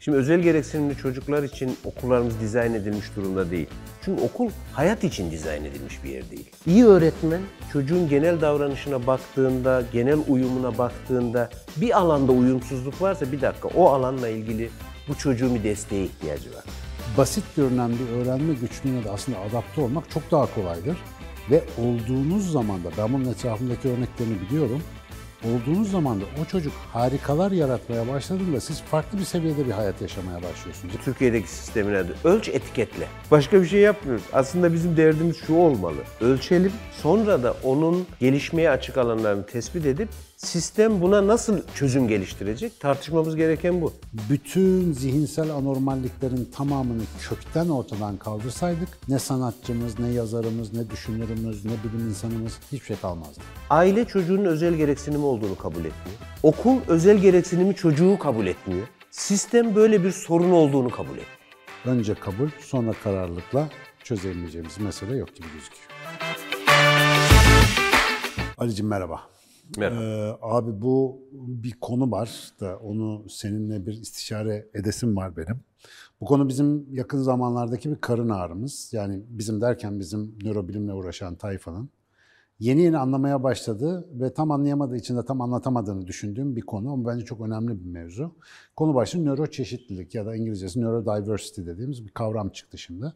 Şimdi özel gereksinimli çocuklar için okullarımız dizayn edilmiş durumda değil. Çünkü okul hayat için dizayn edilmiş bir yer değil. İyi öğretmen çocuğun genel davranışına baktığında, genel uyumuna baktığında bir alanda uyumsuzluk varsa bir dakika o alanla ilgili bu çocuğun bir desteğe ihtiyacı var. Basit görünen bir öğrenme güçlüğüne de aslında adapte olmak çok daha kolaydır. Ve olduğunuz zaman da, ben bunun etrafındaki örneklerini biliyorum, olduğunuz zaman da o çocuk harikalar yaratmaya başladığında siz farklı bir seviyede bir hayat yaşamaya başlıyorsunuz. Türkiye'deki sistemin adı ölç etiketle. Başka bir şey yapmıyoruz. Aslında bizim derdimiz şu olmalı. Ölçelim, sonra da onun gelişmeye açık alanlarını tespit edip sistem buna nasıl çözüm geliştirecek? Tartışmamız gereken bu. Bütün zihinsel anormalliklerin tamamını kökten ortadan kaldırsaydık ne sanatçımız, ne yazarımız, ne düşünürümüz, ne bilim insanımız hiçbir şey kalmazdı. Aile çocuğun özel gereksinimi olduğunu kabul etmiyor. Okul özel gereksinimi çocuğu kabul etmiyor. Sistem böyle bir sorun olduğunu kabul ediyor. Önce kabul, sonra kararlılıkla çözemeyeceğimiz mesele yok gibi gözüküyor. Ali'cim merhaba. Merhaba. Abi bu bir konu var da onu seninle bir istişare edesim var benim. Bu konu bizim yakın zamanlardaki bir karın ağrımız. Yani bizim derken bizim nörobilimle uğraşan tayfanın yeni yeni anlamaya başladığı ve tam anlayamadığı için de tam anlatamadığını düşündüğüm bir konu ama bence çok önemli bir mevzu. Konu başlığı nöroçeşitlilik ya da İngilizcesi neurodiversity dediğimiz bir kavram çıktı şimdi.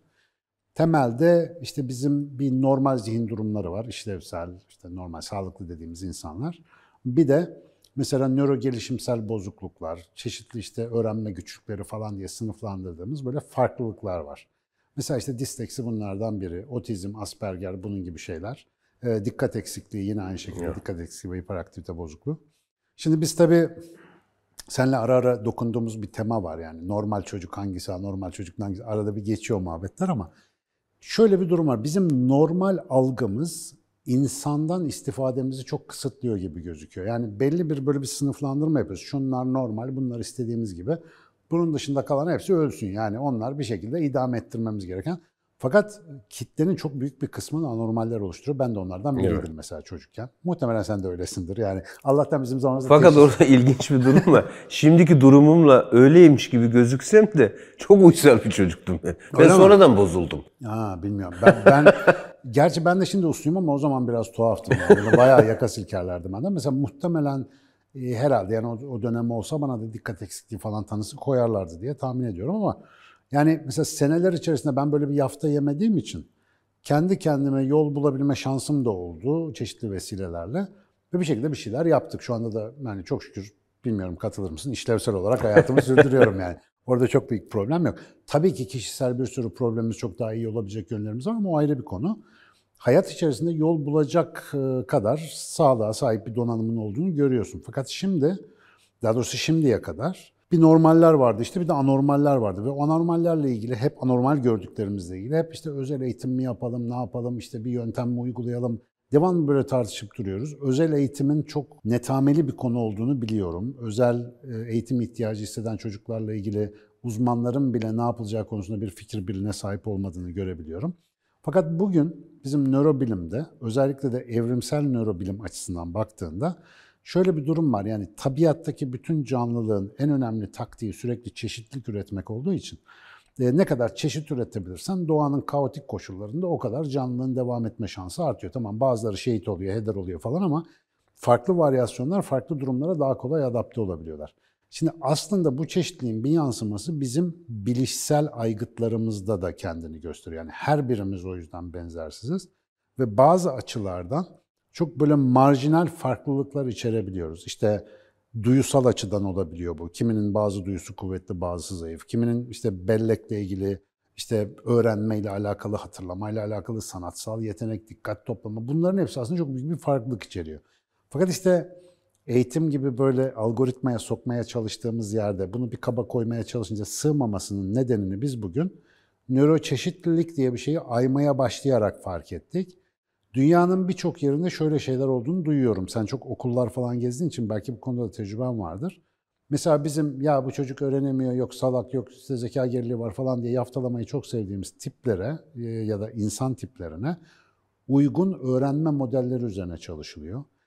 Temelde işte bizim bir normal zihin durumları var, işlevsel, işte normal, sağlıklı dediğimiz insanlar. Bir de mesela nöro gelişimsel bozukluklar, çeşitli işte öğrenme güçlükleri falan diye sınıflandırdığımız böyle farklılıklar var. Mesela işte disleksi bunlardan biri, otizm, Asperger bunun gibi şeyler. Dikkat eksikliği yine aynı şekilde dikkat eksikliği ve hiperaktivite bozukluğu. Şimdi biz tabii seninle ara ara dokunduğumuz bir tema var yani normal çocuk hangisi, anormal çocuk hangisi arada bir geçiyor muhabbetler ama şöyle bir durum var. Bizim normal algımız insandan istifademizi çok kısıtlıyor gibi gözüküyor. Yani belli bir böyle bir sınıflandırma yapıyoruz. Şunlar normal, bunlar istediğimiz gibi. Bunun dışında kalan hepsi ölsün. Yani onlar bir şekilde idame ettirmemiz gereken. Fakat kitlenin çok büyük bir kısmını anormaller oluşturuyor. Ben de onlardan biriydim mesela çocukken. Muhtemelen sen de öylesindir. Yani Allah'tan bizim zamanımızda... Fakat orada ilginç bir durum var. Şimdiki durumumla öyleymiş gibi gözüksem de çok uysal bir çocuktum ben. Ben sonradan bozuldum. Bilmiyorum. Gerçi ben de şimdi usluyum ama o zaman biraz tuhaftım. Yani. Bayağı yaka silkerlerdi benden. Mesela muhtemelen herhalde yani o dönem olsa bana da dikkat eksikliği falan tanısı koyarlardı diye tahmin ediyorum ama yani mesela seneler içerisinde ben böyle bir yafta yemediğim için kendi kendime yol bulabilme şansım da oldu çeşitli vesilelerle ve bir şekilde bir şeyler yaptık. Şu anda da yani çok şükür bilmiyorum katılır mısın işlevsel olarak hayatımı sürdürüyorum yani. Orada çok büyük problem yok. Tabii ki kişisel bir sürü problemimiz çok daha iyi olabilecek yönlerimiz var ama o ayrı bir konu. Hayat içerisinde yol bulacak kadar sağlığa sahip bir donanımın olduğunu görüyorsun. Fakat şimdi, daha doğrusu şimdiye kadar bir normaller vardı işte bir de anormaller vardı. Ve o anormallerle ilgili hep anormal gördüklerimizle ilgili hep işte özel eğitim mi yapalım, ne yapalım, işte bir yöntem mi uygulayalım. Devamlı böyle tartışıp duruyoruz. Özel eğitimin çok netameli bir konu olduğunu biliyorum. Özel eğitim ihtiyacı hisseden çocuklarla ilgili uzmanların bile ne yapılacağı konusunda bir fikir birliğine sahip olmadığını görebiliyorum. Fakat bugün bizim nörobilimde, özellikle de evrimsel nörobilim açısından baktığında şöyle bir durum var. Yani tabiattaki bütün canlılığın en önemli taktiği sürekli çeşitlilik üretmek olduğu için ne kadar çeşit üretebilirsen doğanın kaotik koşullarında o kadar canlılığın devam etme şansı artıyor. Tamam bazıları şehit oluyor, heder oluyor falan ama farklı varyasyonlar farklı durumlara daha kolay adapte olabiliyorlar. Şimdi aslında bu çeşitliliğin bir yansıması bizim bilişsel aygıtlarımızda da kendini gösteriyor. Yani her birimiz o yüzden benzersiziz ve bazı açılardan çok böyle marjinal farklılıklar içerebiliyoruz. İşte duyusal açıdan olabiliyor bu. Kiminin bazı duyusu kuvvetli, bazısı zayıf. Kiminin işte bellekle ilgili, işte öğrenmeyle alakalı, hatırlamayla alakalı, sanatsal yetenek, dikkat toplama. Bunların hepsi aslında çok büyük bir farklılık içeriyor. Fakat işte eğitim gibi böyle algoritmaya sokmaya çalıştığımız yerde bunu bir kaba koymaya çalışınca sığmamasının nedenini biz bugün nöroçeşitlilik diye bir şeyi aymaya başlayarak fark ettik. Dünyanın birçok yerinde şöyle şeyler olduğunu duyuyorum. Sen çok okullar falan gezdiğin için belki bu konuda da tecrüben vardır. Mesela bizim ya bu çocuk öğrenemiyor, yok salak, yok işte zeka geriliği var falan diye yaftalamayı çok sevdiğimiz tiplere ya da insan tiplerine uygun öğrenme modelleri üzerine çalışılıyor.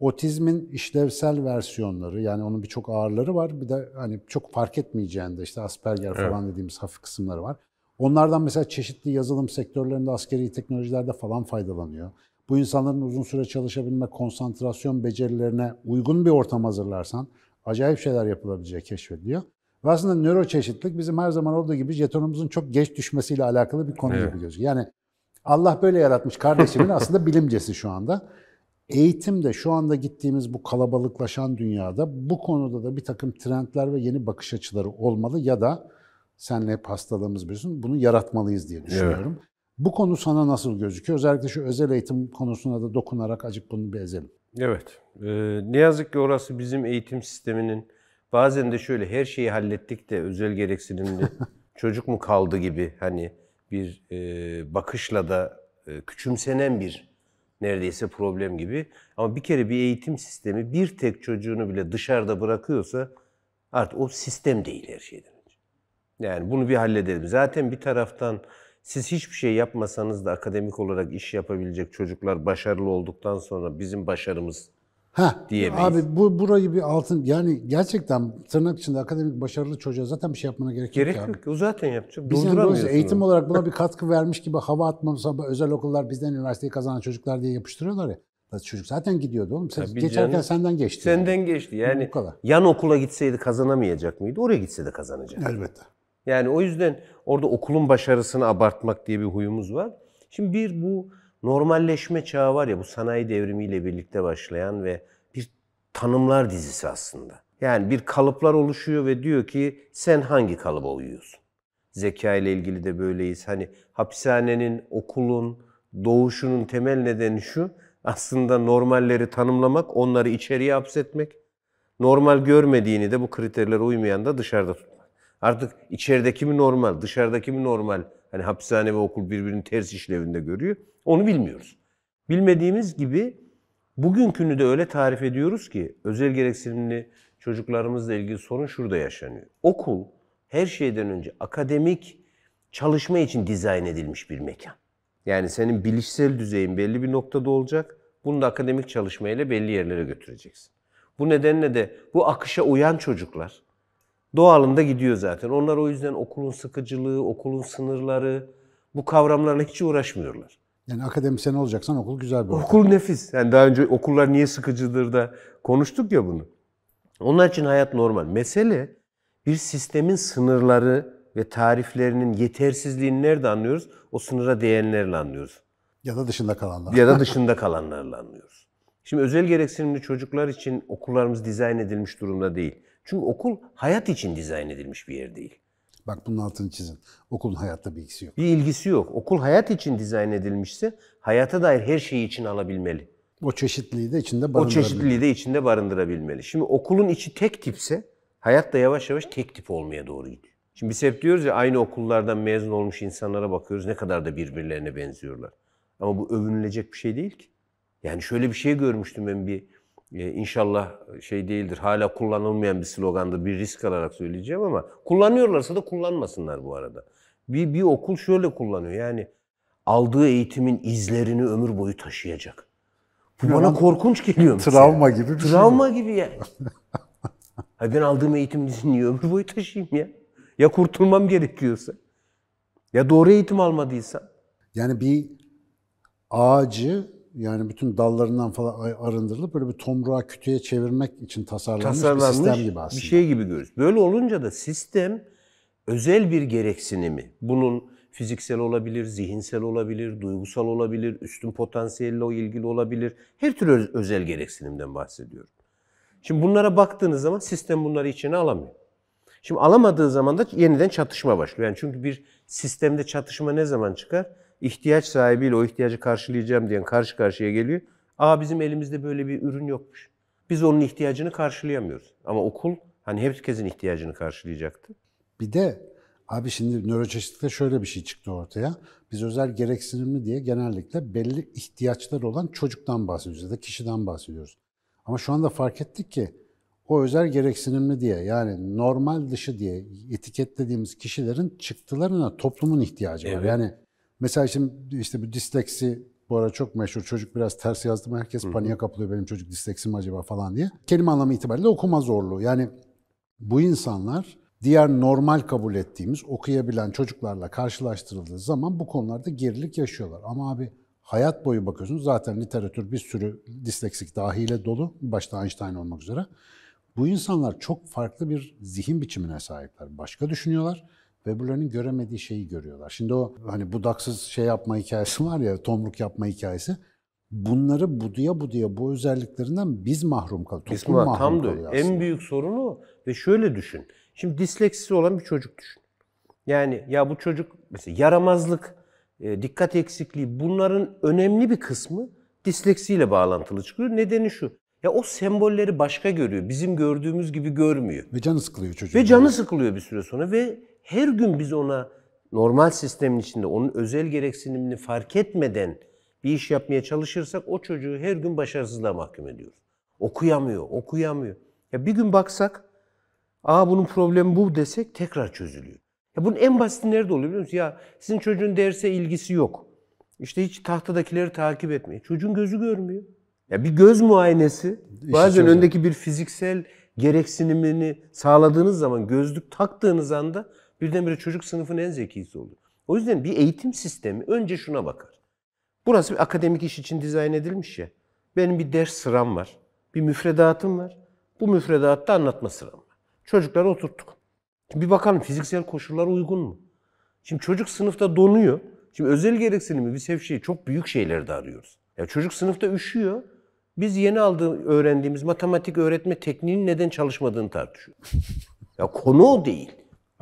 Otizmin işlevsel versiyonları, yani onun birçok ağırları var. Bir de hani çok fark etmeyeceğinde işte Asperger falan dediğimiz hafif kısımları var. Onlardan mesela çeşitli yazılım sektörlerinde, askeri teknolojilerde falan faydalanıyor. Bu insanların uzun süre çalışabilme, konsantrasyon becerilerine uygun bir ortam hazırlarsan acayip şeyler yapılabileceği keşfediliyor. Ve aslında nöroçeşitlilik bizim her zaman olduğu gibi jetonumuzun çok geç düşmesiyle alakalı bir konu gibi gözüküyor. Yani Allah böyle yaratmış kardeşimin aslında bilimcesi şu anda. Eğitim de şu anda gittiğimiz bu kalabalıklaşan dünyada bu konuda da bir takım trendler ve yeni bakış açıları olmalı ya da senle hep hastalığımız biliyorsun bunu yaratmalıyız diye düşünüyorum. Evet. Bu konu sana nasıl gözüküyor? Özellikle şu özel eğitim konusuna da dokunarak acık bunu bir ezelim. Evet. Ne yazık ki orası bizim eğitim sisteminin bazen de şöyle her şeyi hallettik de özel gereksinimli çocuk mu kaldı gibi hani bir bakışla da küçümsenen bir neredeyse problem gibi. Ama bir kere bir eğitim sistemi bir tek çocuğunu bile dışarıda bırakıyorsa artık o sistem değil her şeyden önce. Yani bunu bir halledelim. Zaten bir taraftan siz hiçbir şey yapmasanız da akademik olarak iş yapabilecek çocuklar başarılı olduktan sonra bizim başarımız diyemeyiz. Abi burayı bir altın, yani gerçekten tırnak içinde akademik başarılı çocuğa zaten bir şey yapmana gerek yok. Gerek yok. O zaten yapacak. Biz yani eğitim olarak buna bir katkı vermiş gibi hava atmamız, özel okullar bizden üniversiteyi kazanan çocuklar diye yapıştırıyorlar ya. Çocuk zaten gidiyordu oğlum. Geçerken senden geçti. Senden geçti. Yani yan okula gitseydi kazanamayacak mıydı? Oraya gitse de kazanacak. Elbette. Yani o yüzden orada okulun başarısını abartmak diye bir huyumuz var. Şimdi bu normalleşme çağı var ya, bu sanayi devrimiyle birlikte başlayan ve bir tanımlar dizisi aslında. Yani bir kalıplar oluşuyor ve diyor ki sen hangi kalıba uyuyorsun? Zeka ile ilgili de böyleyiz. Hani hapishanenin, okulun doğuşunun temel nedeni şu. Aslında normalleri tanımlamak, onları içeriye hapsetmek. Normal görmediğini de bu kriterlere uymayan da dışarıda tutmak. Artık içerideki mi normal, dışarıdaki mi normal? Hani hapishane ve okul birbirinin ters işlevinde görüyor. Onu bilmiyoruz. Bilmediğimiz gibi bugünkünü de öyle tarif ediyoruz ki özel gereksinimli çocuklarımızla ilgili sorun şurada yaşanıyor. Okul her şeyden önce akademik çalışma için dizayn edilmiş bir mekan. Yani senin bilişsel düzeyin belli bir noktada olacak. Bunu da akademik çalışmayla belli yerlere götüreceksin. Bu nedenle de bu akışa uyan çocuklar doğalında gidiyor zaten. Onlar o yüzden okulun sıkıcılığı, okulun sınırları, bu kavramlarla hiç uğraşmıyorlar. Yani akademisyen olacaksan okul güzel bir ortam. Okul nefis. Yani daha önce okullar niye sıkıcıdır da konuştuk ya bunu. Onlar için hayat normal. Mesele bir sistemin sınırları ve tariflerinin yetersizliğini nerede anlıyoruz? O sınıra değenlerle anlıyoruz. Ya da dışında kalanlar. Ya da dışında kalanlarla anlıyoruz. Şimdi özel gereksinimli çocuklar için okullarımız dizayn edilmiş durumda değil. Çünkü okul hayat için dizayn edilmiş bir yer değil. Bak bunun altını çizin. Okulun hayatta bir ilgisi yok. Bir ilgisi yok. Okul hayat için dizayn edilmişse hayata dair her şeyi için alabilmeli. O çeşitliliği de içinde barındırabilmeli. Şimdi okulun içi tek tipse hayat da yavaş yavaş tek tip olmaya doğru gidiyor. Şimdi biz hep diyoruz ya aynı okullardan mezun olmuş insanlara bakıyoruz ne kadar da birbirlerine benziyorlar. Ama bu övünülecek bir şey değil ki. Yani şöyle bir şey görmüştüm ben inşallah değildir, hala kullanılmayan bir slogandır, bir risk alarak söyleyeceğim ama kullanıyorlarsa da kullanmasınlar bu arada. Bir okul şöyle kullanıyor, yani aldığı eğitimin izlerini ömür boyu taşıyacak. Bu bana korkunç geliyor. Travma gibi bir şey. Travma gibi yani. Ben aldığım eğitimin izini niye ömür boyu taşıyayım ya? Ya kurtulmam gerekiyorsa? Ya doğru eğitim almadıysam? Yani bir ağacı, yani bütün dallarından falan arındırılıp böyle bir tomruğa, kütüğe çevirmek için tasarlanmış bir sistem gibi aslında. Bir şey gibi görüyoruz. Böyle olunca da sistem özel bir gereksinimi, bunun fiziksel olabilir, zihinsel olabilir, duygusal olabilir, üstün potansiyelle ilgili olabilir. Her türlü özel gereksinimden bahsediyorum. Şimdi bunlara baktığınız zaman sistem bunları içine alamıyor. Şimdi alamadığı zaman da yeniden çatışma başlıyor. Yani çünkü bir sistemde çatışma ne zaman çıkar? İhtiyaç sahibiyle o ihtiyacı karşılayacağım diyen karşı karşıya geliyor. Bizim elimizde böyle bir ürün yokmuş. Biz onun ihtiyacını karşılayamıyoruz. Ama okul hani herkesin ihtiyacını karşılayacaktı. Bir de abi şimdi nöroçeşitlikte şöyle bir şey çıktı ortaya. Biz özel gereksinimli diye genellikle belli ihtiyaçları olan çocuktan bahsediyoruz ya da kişiden bahsediyoruz. Ama şu anda fark ettik ki o özel gereksinimli diye, yani normal dışı diye etiketlediğimiz kişilerin çıktılarına toplumun ihtiyacı var. Evet. Yani mesela şimdi işte bu disleksi bu ara çok meşhur. Çocuk biraz ters yazdı mı herkes paniğe kapılıyor. Benim çocuk disleksi mi acaba falan diye. Kelime anlamı itibariyle okuma zorluğu. Yani bu insanlar diğer normal kabul ettiğimiz okuyabilen çocuklarla karşılaştırıldığı zaman bu konularda gerilik yaşıyorlar. Ama abi hayat boyu bakıyorsunuz zaten literatür bir sürü disleksik dahiyle dolu. Başta Einstein olmak üzere. Bu insanlar çok farklı bir zihin biçimine sahipler. Başka düşünüyorlar ve öbürlerinin göremediği şeyi görüyorlar. Şimdi o hani budaksız şey yapma hikayesi var ya, tomruk yapma hikayesi. Bunları buduya bu özelliklerinden biz mahrum kalıyoruz. Toplum mahrum tam da kalıyor aslında. en büyük sorunu o. Ve şöyle düşün. Şimdi disleksisi olan bir çocuk düşün. Yani ya bu çocuk mesela yaramazlık, dikkat eksikliği bunların önemli bir kısmı disleksiyle bağlantılı çıkıyor. Nedeni şu. Ya o sembolleri başka görüyor. Bizim gördüğümüz gibi görmüyor. Ve canı sıkılıyor çocuğun. Ve canı sıkılıyor bir süre sonra ve her gün biz ona normal sistemin içinde onun özel gereksinimini fark etmeden bir iş yapmaya çalışırsak o çocuğu her gün başarısızlığa mahkum ediyoruz. Okuyamıyor. Ya bir gün baksak, bunun problemi bu desek tekrar çözülüyor. Ya bunun en basiti nerede oluyor biliyor musun? Ya sizin çocuğun derse ilgisi yok. İşte hiç tahtadakileri takip etmiyor. Çocuğun gözü görmüyor. Ya bir göz muayenesi bazen öndeki bir fiziksel gereksinimini sağladığınız zaman, gözlük taktığınız anda birdenbire çocuk sınıfın en zekisi oluyor. O yüzden bir eğitim sistemi önce şuna bakar. Burası bir akademik iş için dizayn edilmiş ya. Benim bir ders sıram var. Bir müfredatım var. Bu müfredatta anlatma sıram var. Çocukları oturttuk. Şimdi bir bakalım fiziksel koşullar uygun mu? Şimdi çocuk sınıfta donuyor. Şimdi özel gereksinimi biz hep çok büyük şeylerde arıyoruz. Ya çocuk sınıfta üşüyor. Biz yeni öğrendiğimiz matematik öğretme tekniğinin neden çalışmadığını tartışıyoruz. Ya konu o değil.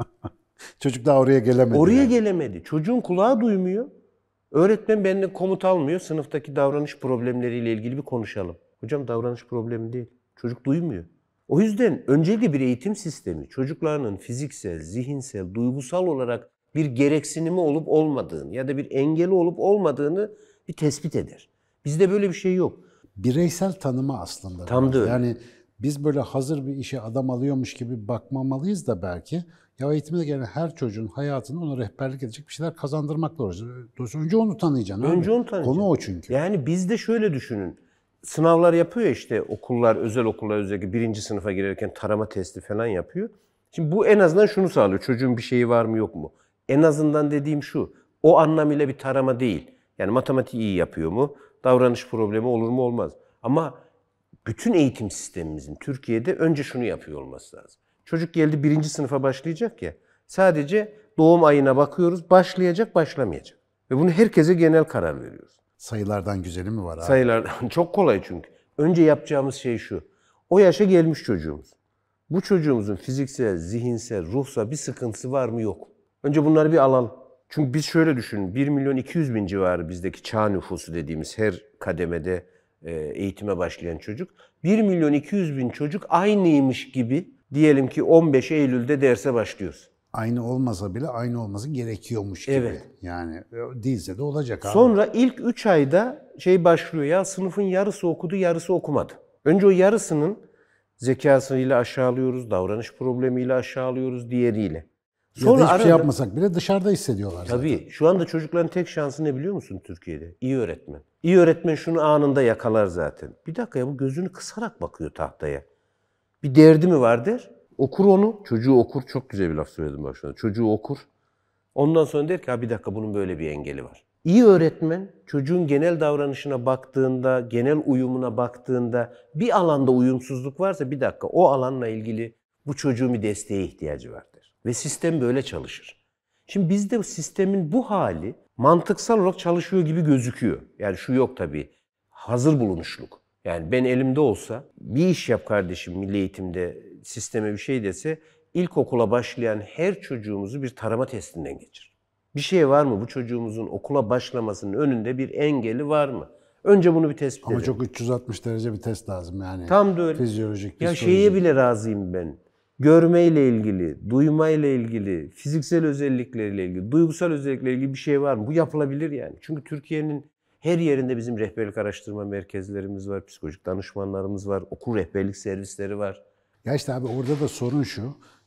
Çocuk daha oraya gelemedi. Oraya gelemedi. Çocuğun kulağı duymuyor. Öğretmen benden komut almıyor. Sınıftaki davranış problemleriyle ilgili bir konuşalım. Hocam davranış problemi değil. Çocuk duymuyor. O yüzden öncelikle bir eğitim sistemi çocuklarının fiziksel, zihinsel, duygusal olarak bir gereksinimi olup olmadığını ya da bir engeli olup olmadığını bir tespit eder. Bizde böyle bir şey yok. Bireysel tanıma aslında. Tam da öyle. Yani biz böyle hazır bir işe adam alıyormuş gibi bakmamalıyız da belki. Ya eğitimde gelen her çocuğun hayatını ona rehberlik edecek bir şeyler kazandırmakla uğraşıyoruz. Önce onu tanıyacaksın. Önce onu tanıyacaksın. Konu o çünkü. Yani bizde şöyle düşünün. Sınavlar yapıyor ya işte okullar, özel okullar özellikle 1. sınıfa girerken tarama testi falan yapıyor. Şimdi bu en azından şunu sağlıyor. Çocuğun bir şeyi var mı yok mu? En azından dediğim şu. O anlamıyla bir tarama değil. Yani matematiği iyi yapıyor mu? Davranış problemi olur mu olmaz. Ama bütün eğitim sistemimizin Türkiye'de önce şunu yapıyor olması lazım. Çocuk geldi 1. sınıfa başlayacak ya. Sadece doğum ayına bakıyoruz. Başlayacak, başlamayacak. Ve bunu herkese genel karar veriyoruz. Sayılardan güzeli mi var abi? Sayılardan çok kolay çünkü. Önce yapacağımız şey şu. O yaşa gelmiş çocuğumuz. Bu çocuğumuzun fiziksel, zihinsel, ruhsal bir sıkıntısı var mı yok. Önce bunları bir alalım. Çünkü biz şöyle düşünün. 1.200.000 civarı bizdeki çağ nüfusu dediğimiz her kademede eğitime başlayan çocuk. 1.200.000 çocuk aynıymış gibi diyelim ki 15 Eylül'de derse başlıyoruz. Aynı olmasa bile aynı olması gerekiyormuş gibi. Evet. Yani değilse de olacak abi. Sonra ilk 3 ayda başlıyor ya sınıfın yarısı okudu, yarısı okumadı. Önce o yarısının zekasıyla aşağılıyoruz, davranış problemiyle aşağılıyoruz, diğeriyle. Sonra ya da hiçbir şey yapmasak bile dışarıda hissediyorlar tabii, zaten. şu anda çocukların tek şansı ne biliyor musun Türkiye'de? İyi öğretmen. İyi öğretmen şunu anında yakalar zaten. Bir dakika ya bu gözünü kısarak bakıyor tahtaya. Bir derdi mi var der. Okur onu. Çocuğu okur. Çok güzel bir laf söyledim bak şu anda. Çocuğu okur. Ondan sonra der ki bir dakika bunun böyle bir engeli var. İyi öğretmen çocuğun genel davranışına baktığında, genel uyumuna baktığında bir alanda uyumsuzluk varsa bir dakika o alanla ilgili bu çocuğun bir desteğe ihtiyacı vardır. Ve sistem böyle çalışır. Şimdi bizde sistemin bu hali mantıksal olarak çalışıyor gibi gözüküyor. Yani şu yok tabii. Hazır bulunuşluk. Yani ben elimde olsa bir iş yap kardeşim milli eğitimde sisteme bir şey dese ilkokula başlayan her çocuğumuzu bir tarama testinden geçir. Bir şey var mı? Bu çocuğumuzun okula başlamasının önünde bir engeli var mı? Önce bunu bir tespit edelim. Ama çok 360 derece bir test lazım yani. Tam da öyle. Fizyolojik, ya psikolojik. şeye bile razıyım ben. Görmeyle ilgili, duymayla ilgili, fiziksel özellikleriyle ilgili, duygusal özelliklerle ilgili bir şey var mı? Bu yapılabilir yani. Çünkü Türkiye'nin her yerinde bizim rehberlik araştırma merkezlerimiz var, psikolojik danışmanlarımız var, okul rehberlik servisleri var. Ya işte abi orada da sorun şu.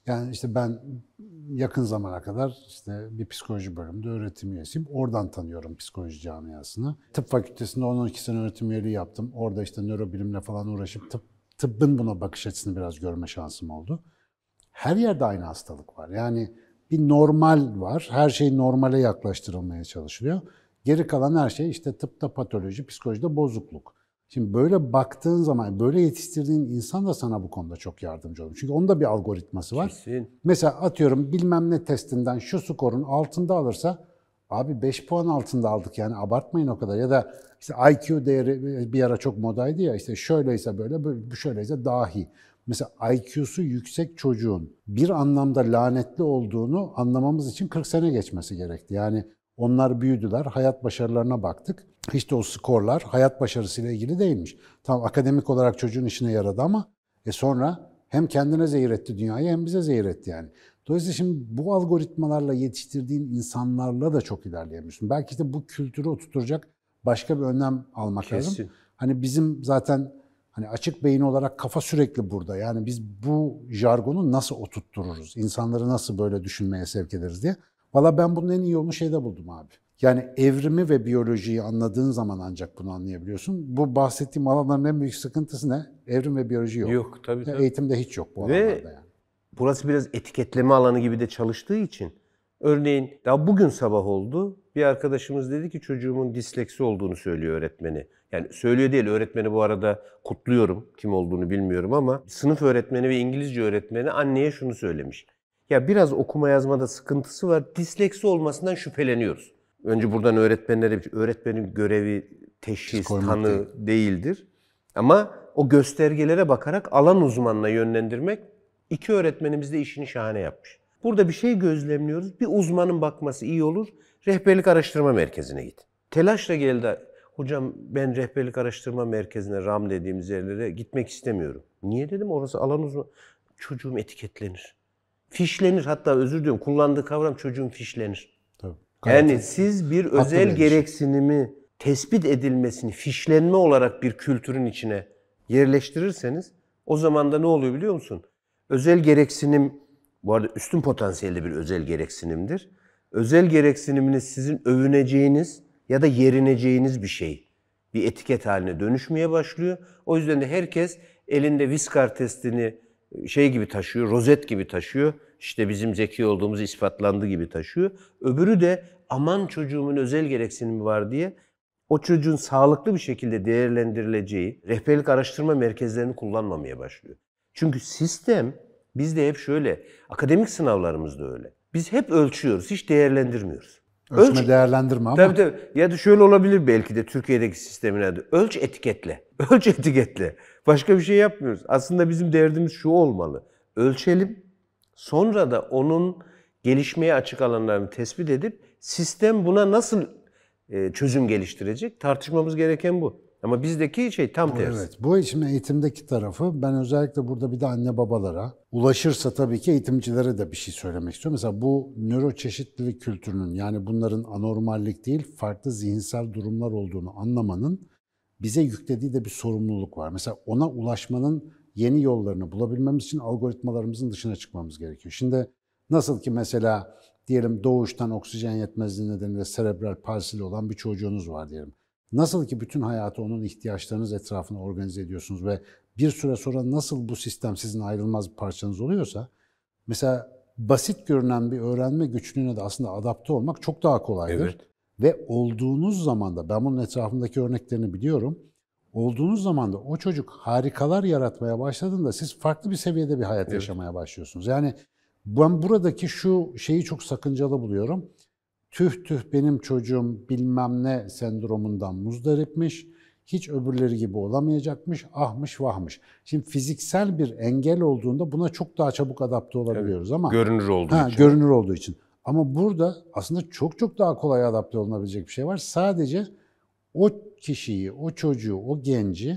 Yani işte ben yakın zamana kadar işte bir psikoloji bölümünde öğretim üyesiyim. Oradan tanıyorum psikoloji camiasını. Tıp fakültesinde 10-12 sene öğretim üyeliği yaptım. Orada işte nörobilimle falan uğraşıp tıbbın buna bakış açısını biraz görme şansım oldu. Her yerde aynı hastalık var. Yani bir normal var. Her şey normale yaklaştırılmaya çalışılıyor. Geri kalan her şey işte tıpta patoloji, psikolojide bozukluk. Şimdi böyle baktığın zaman, böyle yetiştirdiğin insan da sana bu konuda çok yardımcı olur. Çünkü onun da bir algoritması var. Kesin. Mesela atıyorum bilmem ne testinden şu skorun altında alırsa, abi 5 puan altında aldık yani abartmayın o kadar. Ya da işte IQ değeri bir ara çok modaydı ya, işte şöyleyse böyle, bu şöyleyse dahi. Mesela IQ'su yüksek çocuğun bir anlamda lanetli olduğunu anlamamız için 40 sene geçmesi gerekti. Yani onlar büyüdüler, hayat başarılarına baktık. İşte o skorlar hayat başarısıyla ilgili değilmiş. Tamam, akademik olarak çocuğun işine yaradı ama sonra hem kendine zehir etti dünyayı hem bize zehir etti yani. Dolayısıyla şimdi bu algoritmalarla yetiştirdiğin insanlarla da çok ilerleyemiyorsun. Belki işte bu kültürü oturtacak başka bir önlem almak lazım. Hani bizim zaten hani açık beyin olarak kafa sürekli burada. Yani biz bu jargonu nasıl oturttururuz? İnsanları nasıl böyle düşünmeye sevk ederiz diye. Valla ben bunun en iyi yolunu şeyde buldum abi. Yani evrimi ve biyolojiyi anladığın zaman ancak bunu anlayabiliyorsun. Bu bahsettiğim alanların en büyük sıkıntısı ne? Evrim ve biyoloji yok. Yok tabii. Eğitimde hiç yok bu alanlarda yani. Burası biraz etiketleme alanı gibi de çalıştığı için. Örneğin daha bugün sabah oldu. Bir arkadaşımız dedi ki çocuğumun disleksi olduğunu söylüyor öğretmeni. Yani söylüyor değil, öğretmeni bu arada kutluyorum. Kim olduğunu bilmiyorum ama sınıf öğretmeni ve İngilizce öğretmeni anneye şunu söylemiş. Ya biraz okuma yazmada sıkıntısı var. Disleksi olmasından şüpheleniyoruz. Önce buradan öğretmenin görevi teşhis, tanı değildir. Ama o göstergelere bakarak alan uzmanına yönlendirmek, iki öğretmenimiz de işini şahane yapmış. Burada bir şey gözlemliyoruz. Bir uzmanın bakması iyi olur. Rehberlik Araştırma Merkezi'ne git. Telaşla geldi. Hocam ben rehberlik araştırma merkezine, RAM dediğimiz yerlere gitmek istemiyorum. Niye dedim, orası alan uzmanı. Çocuğum etiketlenir. Fişlenir, hatta özür diliyorum, kullandığı kavram çocuğum fişlenir. Tabii. Yani siz bir özel gereksinimi tespit edilmesini fişlenme olarak bir kültürün içine yerleştirirseniz o zaman da ne oluyor biliyor musun? Özel gereksinim, bu arada üstün potansiyelde bir özel gereksinimdir. Özel gereksiniminiz sizin övüneceğiniz ya da yerineceğiniz bir şey. Bir etiket haline dönüşmeye başlıyor. O yüzden de herkes elinde Viskar testini şey gibi taşıyor, rozet gibi taşıyor. İşte bizim zeki olduğumuz ispatlandı gibi taşıyor. Öbürü de aman çocuğumun özel gereksinimi var diye o çocuğun sağlıklı bir şekilde değerlendirileceği rehberlik araştırma merkezlerini kullanmamaya başlıyor. Çünkü sistem bizde hep şöyle, akademik sınavlarımızda öyle. Biz hep ölçüyoruz, hiç değerlendirmiyoruz. Ölçme, değerlendirme ama. Tabii. Ya da şöyle olabilir belki de Türkiye'deki sistemin adı. Ölç, etiketle. Ölç, etiketle. Başka bir şey yapmıyoruz. Aslında bizim derdimiz şu olmalı. Ölçelim. Sonra da onun gelişmeye açık alanlarını tespit edip sistem buna nasıl çözüm geliştirecek? Tartışmamız gereken bu. Ama bizdeki şey tam tersi. Evet, bu şimdi eğitimdeki tarafı, ben özellikle burada bir de anne babalara, ulaşırsa tabii ki eğitimcilere de bir şey söylemek istiyorum. Mesela bu nöroçeşitlilik kültürünün, yani bunların anormallik değil, farklı zihinsel durumlar olduğunu anlamanın bize yüklediği de bir sorumluluk var. Mesela ona ulaşmanın yeni yollarını bulabilmemiz için algoritmalarımızın dışına çıkmamız gerekiyor. Şimdi nasıl ki mesela diyelim doğuştan oksijen yetmezliği nedeniyle serebral palsili olan bir çocuğunuz var diyelim. Nasıl ki bütün hayatı onun ihtiyaçlarınız etrafına organize ediyorsunuz ve bir süre sonra nasıl bu sistem sizin ayrılmaz bir parçanız oluyorsa, mesela basit görünen bir öğrenme güçlüğüne de aslında adapte olmak çok daha kolaydır. Evet. Ve olduğunuz zaman da, ben bunun etrafındaki örneklerini biliyorum, olduğunuz zaman da o çocuk harikalar yaratmaya başladığında siz farklı bir seviyede bir hayat yaşamaya başlıyorsunuz. Yani ben buradaki şu şeyi çok sakıncalı buluyorum. Tüh tüh benim çocuğum bilmem ne sendromundan muzdaripmiş, hiç öbürleri gibi olamayacakmış, ahmış vahmış. Şimdi fiziksel bir engel olduğunda buna çok daha çabuk adapte olabiliyoruz ama görünür olduğu için. Görünür olduğu için. Ama burada aslında çok çok daha kolay adapte olunabilecek bir şey var. Sadece o kişiyi, o çocuğu, o genci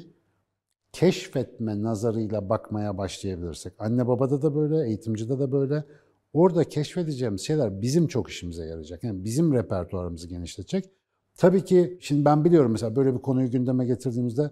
keşfetme nazarıyla bakmaya başlayabilirsek. Anne babada da böyle, eğitimcide de böyle. Orada keşfedeceğimiz şeyler bizim çok işimize yarayacak. Yani bizim repertuarımızı genişletecek. Tabii ki şimdi ben biliyorum mesela böyle bir konuyu gündeme getirdiğimizde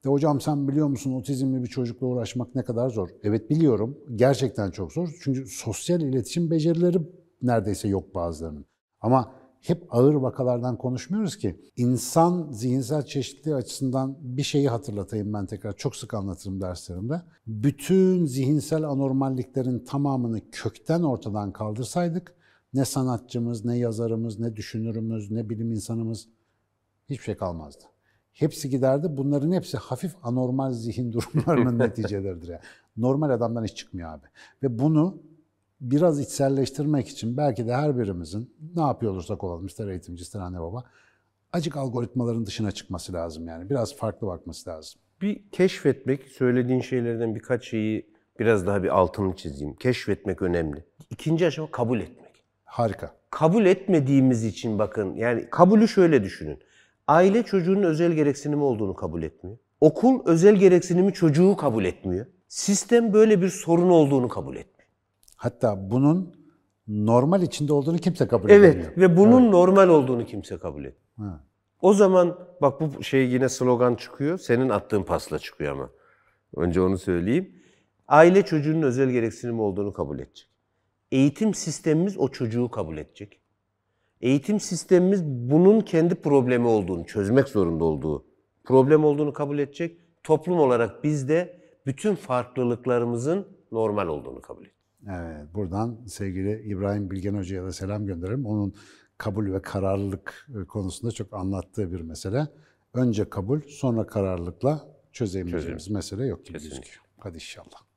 Hocam sen biliyor musun otizmli bir çocukla uğraşmak ne kadar zor? Evet biliyorum. Gerçekten çok zor. Çünkü sosyal iletişim becerileri neredeyse yok bazılarının. Ama hep ağır vakalardan konuşmuyoruz ki. İnsan zihinsel çeşitliliği açısından bir şeyi hatırlatayım ben tekrar. Çok sık anlatırım derslerimde. Bütün zihinsel anormalliklerin tamamını kökten ortadan kaldırsaydık ne sanatçımız, ne yazarımız, ne düşünürümüz, ne bilim insanımız hiçbir şey kalmazdı. Hepsi giderdi. Bunların hepsi hafif anormal zihin durumlarının neticeleridir. Yani. Normal adamdan hiç çıkmıyor abi. Ve bunu biraz içselleştirmek için belki de her birimizin ne yapıyor olursak olalım, ister eğitimci, ister anne baba, acık algoritmaların dışına çıkması lazım yani. Biraz farklı bakması lazım. Bir keşfetmek, söylediğin şeylerden birkaç şeyi biraz daha bir altını çizeyim. Keşfetmek önemli. İkinci aşama kabul etmek. Harika. Kabul etmediğimiz için bakın, yani kabulü şöyle düşünün. Aile çocuğunun özel gereksinimi olduğunu kabul etmiyor. Okul özel gereksinimi çocuğu kabul etmiyor. Sistem böyle bir sorun olduğunu kabul etmiyor. Hatta bunun normal içinde olduğunu kimse kabul Evet edemiyor. ve bunun normal olduğunu kimse kabul etmiyor. Ha. O zaman bak bu şey yine slogan çıkıyor. Senin attığın pasla çıkıyor ama. Önce onu söyleyeyim. Aile çocuğunun özel gereksinimi olduğunu kabul edecek. Eğitim sistemimiz o çocuğu kabul edecek. Eğitim sistemimiz bunun kendi problemi olduğunu, çözmek zorunda olduğu problem olduğunu kabul edecek. Toplum olarak biz de bütün farklılıklarımızın normal olduğunu kabul edeceğiz. Evet, buradan sevgili İbrahim Bilgen Hoca'ya da selam gönderirim. Onun kabul ve kararlılık konusunda çok anlattığı bir mesele. Önce kabul, sonra kararlılıkla çözemeyeceğimiz mesele yok gibi gözüküyor. Hadi inşallah.